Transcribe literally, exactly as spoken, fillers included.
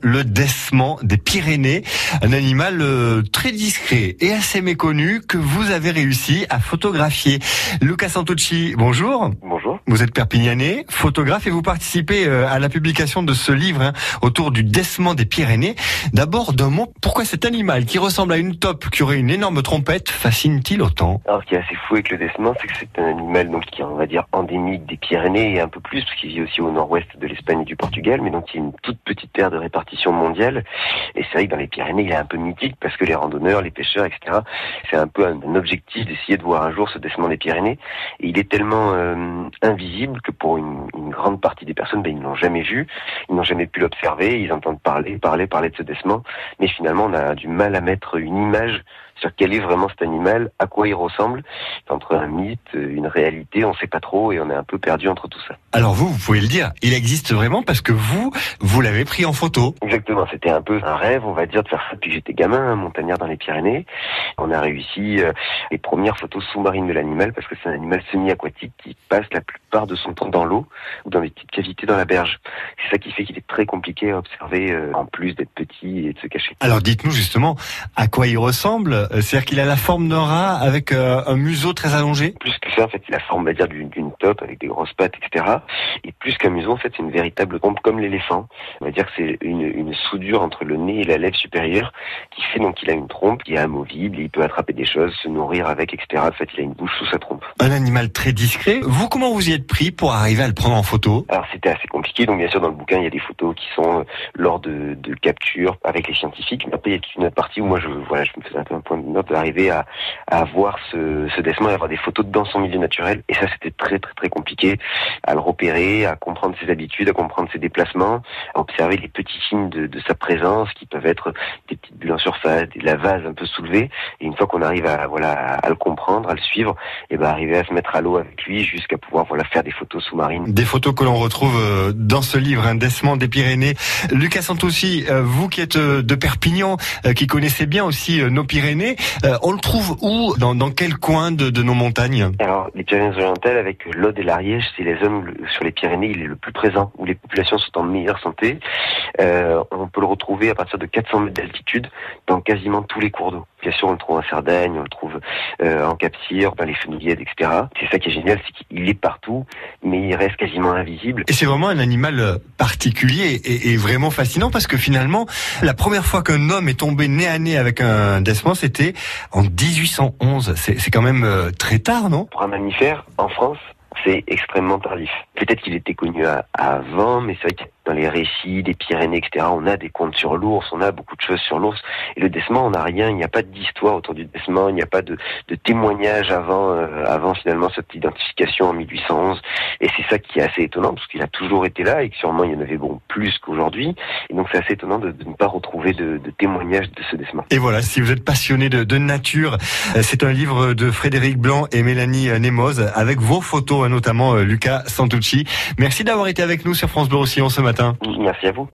le Desman des Pyrénées, un animal euh, très discret et assez méconnu que vous avez réussi à photographier. Luca Santucci, bonjour. Bonjour. Vous êtes perpignanais, photographe et vous participez euh, à la publication de ce livre hein, autour du Desman des Pyrénées. D'abord, d'un mot, pourquoi cet animal qui ressemble à une taupe, qui aurait une énorme trompette, fascine-t-il autant? Alors, ce qui est assez fou avec le Desman, c'est que c'est un animal donc qui est, on va dire, endémique des Pyrénées et un peu plus, parce qu'il vit aussi au nord-ouest de l'Espagne et du Portugal, mais donc il y a une toute petite aire de répartition mondiale. Et c'est vrai que dans les Pyrénées, il est un peu mythique parce que les randonneurs, les pêcheurs, et cetera, c'est un peu un, un objectif d'essayer de voir un jour ce Desman des Pyrénées. Et il est tellement euh, invisible que pour une, une grande partie des personnes, ben, ils ne l'ont jamais vu, ils n'ont jamais pu l'observer, ils entendent parler, parler, parler de ce Desman, mais finalement on a du mal à mettre une image sur quel est vraiment cet animal, à quoi il ressemble. Entre un mythe, une réalité, on ne sait pas trop et on est un peu perdu entre tout ça. Alors vous, vous pouvez le dire, il existe vraiment parce que vous, vous l'avez pris en photo. Exactement, c'était un peu un rêve, on va dire, de faire ça depuis que j'étais gamin, un montagnard dans les Pyrénées. On a réussi euh, les premières photos sous-marines de l'animal parce que c'est un animal semi-aquatique qui passe la plupart de son temps dans l'eau ou dans des petites cavités dans la berge. C'est ça qui fait qu'il est très compliqué à observer, euh, en plus d'être petit et de se cacher. Alors dites-nous justement à quoi il ressemble. C'est-à-dire qu'il a la forme d'un rat avec euh, un museau très allongé? Plus que ça, en fait, c'est la forme, on va dire, d'une, d'une taupe avec des grosses pattes, et cetera. Et plus qu'un museau, en fait, c'est une véritable trompe comme l'éléphant. On va dire que c'est une, une soudure entre le nez et la lèvre supérieure qui fait donc qu'il a une trompe qui est amovible, et il peut attraper des choses, se nourrir avec, et cetera. En fait, il a une bouche sous sa trompe. Un animal très discret. Vous, comment vous y êtes pris pour arriver à le prendre en photo? Alors, c'était assez compliqué. Donc, bien sûr, dans le bouquin, il y a des photos qui sont euh, lors de, de captures avec les scientifiques. Mais après, il y a toute une autre partie où moi, je, voilà, je me faisais un peu un point de note d'arriver à, à voir ce, ce Desman et avoir des photos dans son milieu naturel. Et ça, c'était très, très, très compliqué à le repérer, à comprendre ses habitudes, à comprendre ses déplacements, à observer les petits signes de, de sa présence qui peuvent être des petites bulles en surface, des lavages un peu soulevés. Et une fois qu'on arrive à, voilà, à le comprendre, à le suivre, et ben, arriver à se mettre à l'eau avec lui jusqu'à pouvoir, voilà, faire des photos sous-marines. Des photos que l'on retrouve dans ce livre, un Desman des Pyrénées. Luca Santucci, vous qui êtes de Perpignan, qui connaissez bien aussi nos Pyrénées, on le trouve où? Dans, dans quel coin de, de nos montagnes? Alors, les Pyrénées-Orientales, avec l'Aude et l'Ariège, c'est les zones où, le, sur les Pyrénées, il est le plus présent, où les populations sont en meilleure santé. Euh, on peut le retrouver à partir de quatre cents mètres d'altitude dans quasiment tous les cours d'eau. Bien sûr, on le trouve en Sardaigne, on le trouve euh, en Cap-Cyr, dans les Fenouillèdes, et cetera. C'est ça qui est génial, c'est qu'il est partout, mais il reste quasiment invisible. Et c'est vraiment un animal particulier et, et vraiment fascinant parce que finalement, la première fois qu'un homme est tombé nez à nez avec un Desman, c'était en dix-huit cent onze. C'est, c'est quand même euh, très tard, non? Pour un mammifère, en France, c'est extrêmement tardif. Peut-être qu'il était connu à, à avant, mais c'est vrai que dans les récits des Pyrénées, et cetera, on a des contes sur l'ours, on a beaucoup de choses sur l'ours. Et le Desman, on n'a rien, il n'y a pas d'histoire autour du Desman, il n'y a pas de, de témoignage avant, euh, avant finalement cette identification en mille huit cent onze. Et c'est ça qui est assez étonnant, parce qu'il a toujours été là, et que sûrement il y en avait bon plus qu'aujourd'hui. Et donc c'est assez étonnant de, de ne pas retrouver de, de témoignage de ce Desman. Et voilà, si vous êtes passionné de, de nature, c'est un livre de Frédéric Blanc et Mélanie Nemoz, avec vos photos, notamment Luca Santucci. Merci d'avoir été avec nous sur France Bleu Roussillon ce matin. Merci à vous.